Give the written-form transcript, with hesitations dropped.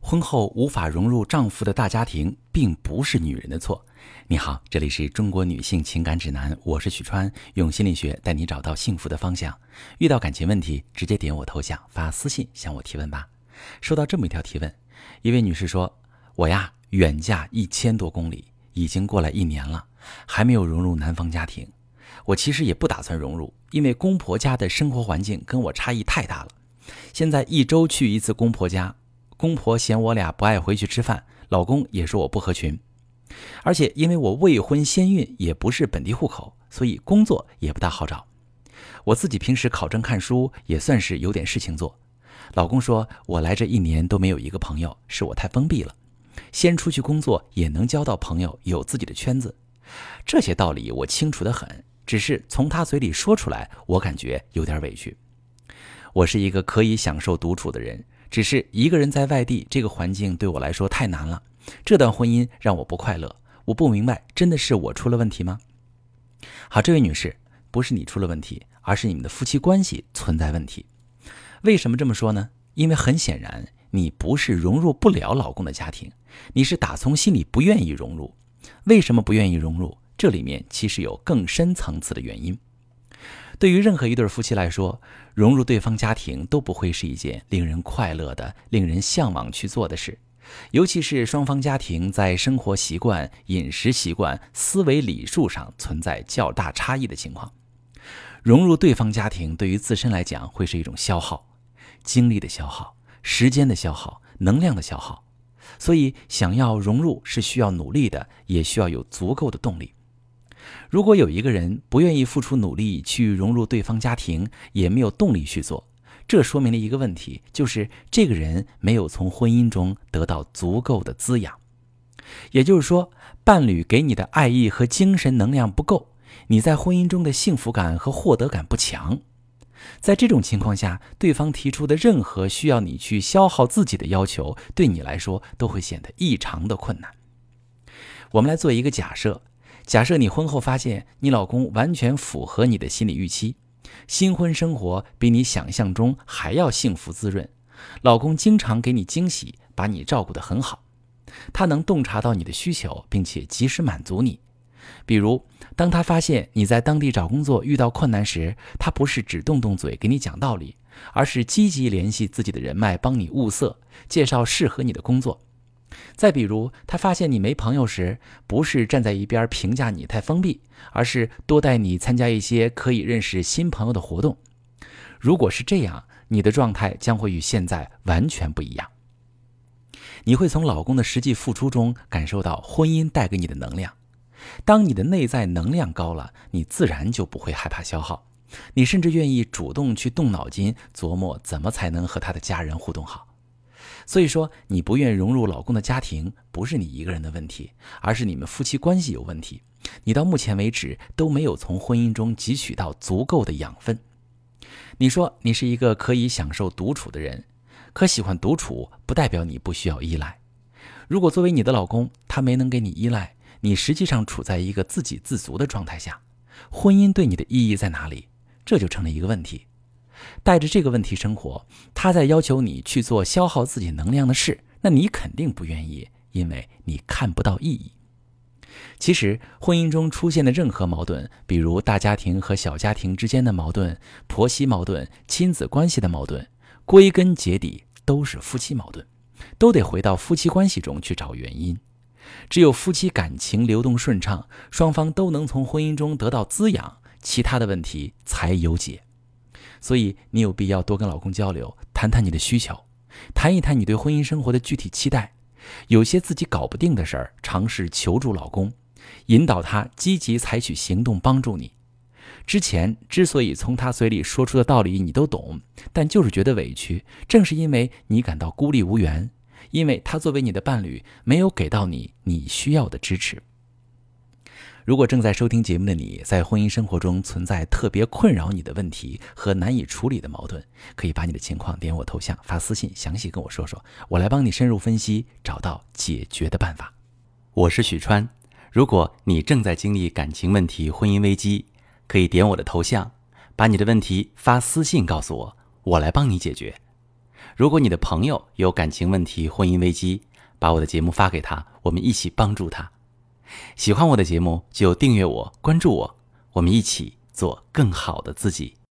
婚后无法融入丈夫的大家庭，并不是女人的错。你好，这里是中国女性情感指南，我是许川，用心理学带你找到幸福的方向。遇到感情问题，直接点我头像发私信向我提问吧。收到这么一条提问，一位女士说，我呀远嫁1000多公里，已经过来1年了，还没有融入男方家庭。我其实也不打算融入，因为公婆家的生活环境跟我差异太大了。现在1周去一次公婆家，公婆嫌我俩不爱回去吃饭，老公也说我不合群。而且因为我未婚先孕，也不是本地户口，所以工作也不大好找。我自己平时考证看书也算是有点事情做。老公说我来这1年都没有一个朋友，是我太封闭了。先出去工作也能交到朋友，有自己的圈子。这些道理我清楚得很，只是从他嘴里说出来，我感觉有点委屈。我是一个可以享受独处的人，只是一个人在外地，这个环境对我来说太难了。这段婚姻让我不快乐，我不明白，真的是我出了问题吗？好，这位女士，不是你出了问题，而是你们的夫妻关系存在问题。为什么这么说呢？因为很显然，你不是融入不了老公的家庭，你是打从心里不愿意融入。为什么不愿意融入？这里面其实有更深层次的原因。对于任何一对夫妻来说，融入对方家庭都不会是一件令人快乐的、令人向往去做的事，尤其是双方家庭在生活习惯、饮食习惯、思维礼数上存在较大差异的情况。融入对方家庭对于自身来讲会是一种消耗，精力的消耗、时间的消耗、能量的消耗，所以想要融入是需要努力的，也需要有足够的动力。如果有一个人不愿意付出努力去融入对方家庭，也没有动力去做，这说明了一个问题，就是这个人没有从婚姻中得到足够的滋养。也就是说，伴侣给你的爱意和精神能量不够，你在婚姻中的幸福感和获得感不强。在这种情况下，对方提出的任何需要你去消耗自己的要求，对你来说都会显得异常的困难。我们来做一个假设，假设你婚后发现你老公完全符合你的心理预期，新婚生活比你想象中还要幸福滋润，老公经常给你惊喜，把你照顾得很好，他能洞察到你的需求，并且及时满足你。比如当他发现你在当地找工作遇到困难时，他不是只动动嘴给你讲道理，而是积极联系自己的人脉帮你物色，介绍适合你的工作。再比如他发现你没朋友时，不是站在一边评价你太封闭，而是多带你参加一些可以认识新朋友的活动。如果是这样，你的状态将会与现在完全不一样。你会从老公的实际付出中感受到婚姻带给你的能量。当你的内在能量高了，你自然就不会害怕消耗，你甚至愿意主动去动脑筋，琢磨怎么才能和他的家人互动好。所以说，你不愿融入老公的家庭，不是你一个人的问题，而是你们夫妻关系有问题。你到目前为止都没有从婚姻中汲取到足够的养分。你说你是一个可以享受独处的人，可喜欢独处不代表你不需要依赖。如果作为你的老公，他没能给你依赖，你实际上处在一个自给自足的状态下，婚姻对你的意义在哪里？这就成了一个问题。带着这个问题生活，他在要求你去做消耗自己能量的事，那你肯定不愿意，因为你看不到意义。其实婚姻中出现的任何矛盾，比如大家庭和小家庭之间的矛盾、婆媳矛盾、亲子关系的矛盾，归根结底都是夫妻矛盾，都得回到夫妻关系中去找原因。只有夫妻感情流动顺畅，双方都能从婚姻中得到滋养，其他的问题才有解。所以你有必要多跟老公交流，谈谈你的需求，谈一谈你对婚姻生活的具体期待。有些自己搞不定的事儿，尝试求助老公，引导他积极采取行动帮助你。之前之所以从他嘴里说出的道理你都懂，但就是觉得委屈，正是因为你感到孤立无援，因为他作为你的伴侣没有给到你需要的支持。如果正在收听节目的你，在婚姻生活中存在特别困扰你的问题和难以处理的矛盾，可以把你的情况点我头像发私信，详细跟我说说，我来帮你深入分析，找到解决的办法。我是许川，如果你正在经历感情问题、婚姻危机，可以点我的头像，把你的问题发私信告诉我，我来帮你解决。 如果你的朋友有感情问题、婚姻危机，把我的节目发给他，我们一起帮助他。喜欢我的节目就订阅我、关注我，我们一起做更好的自己。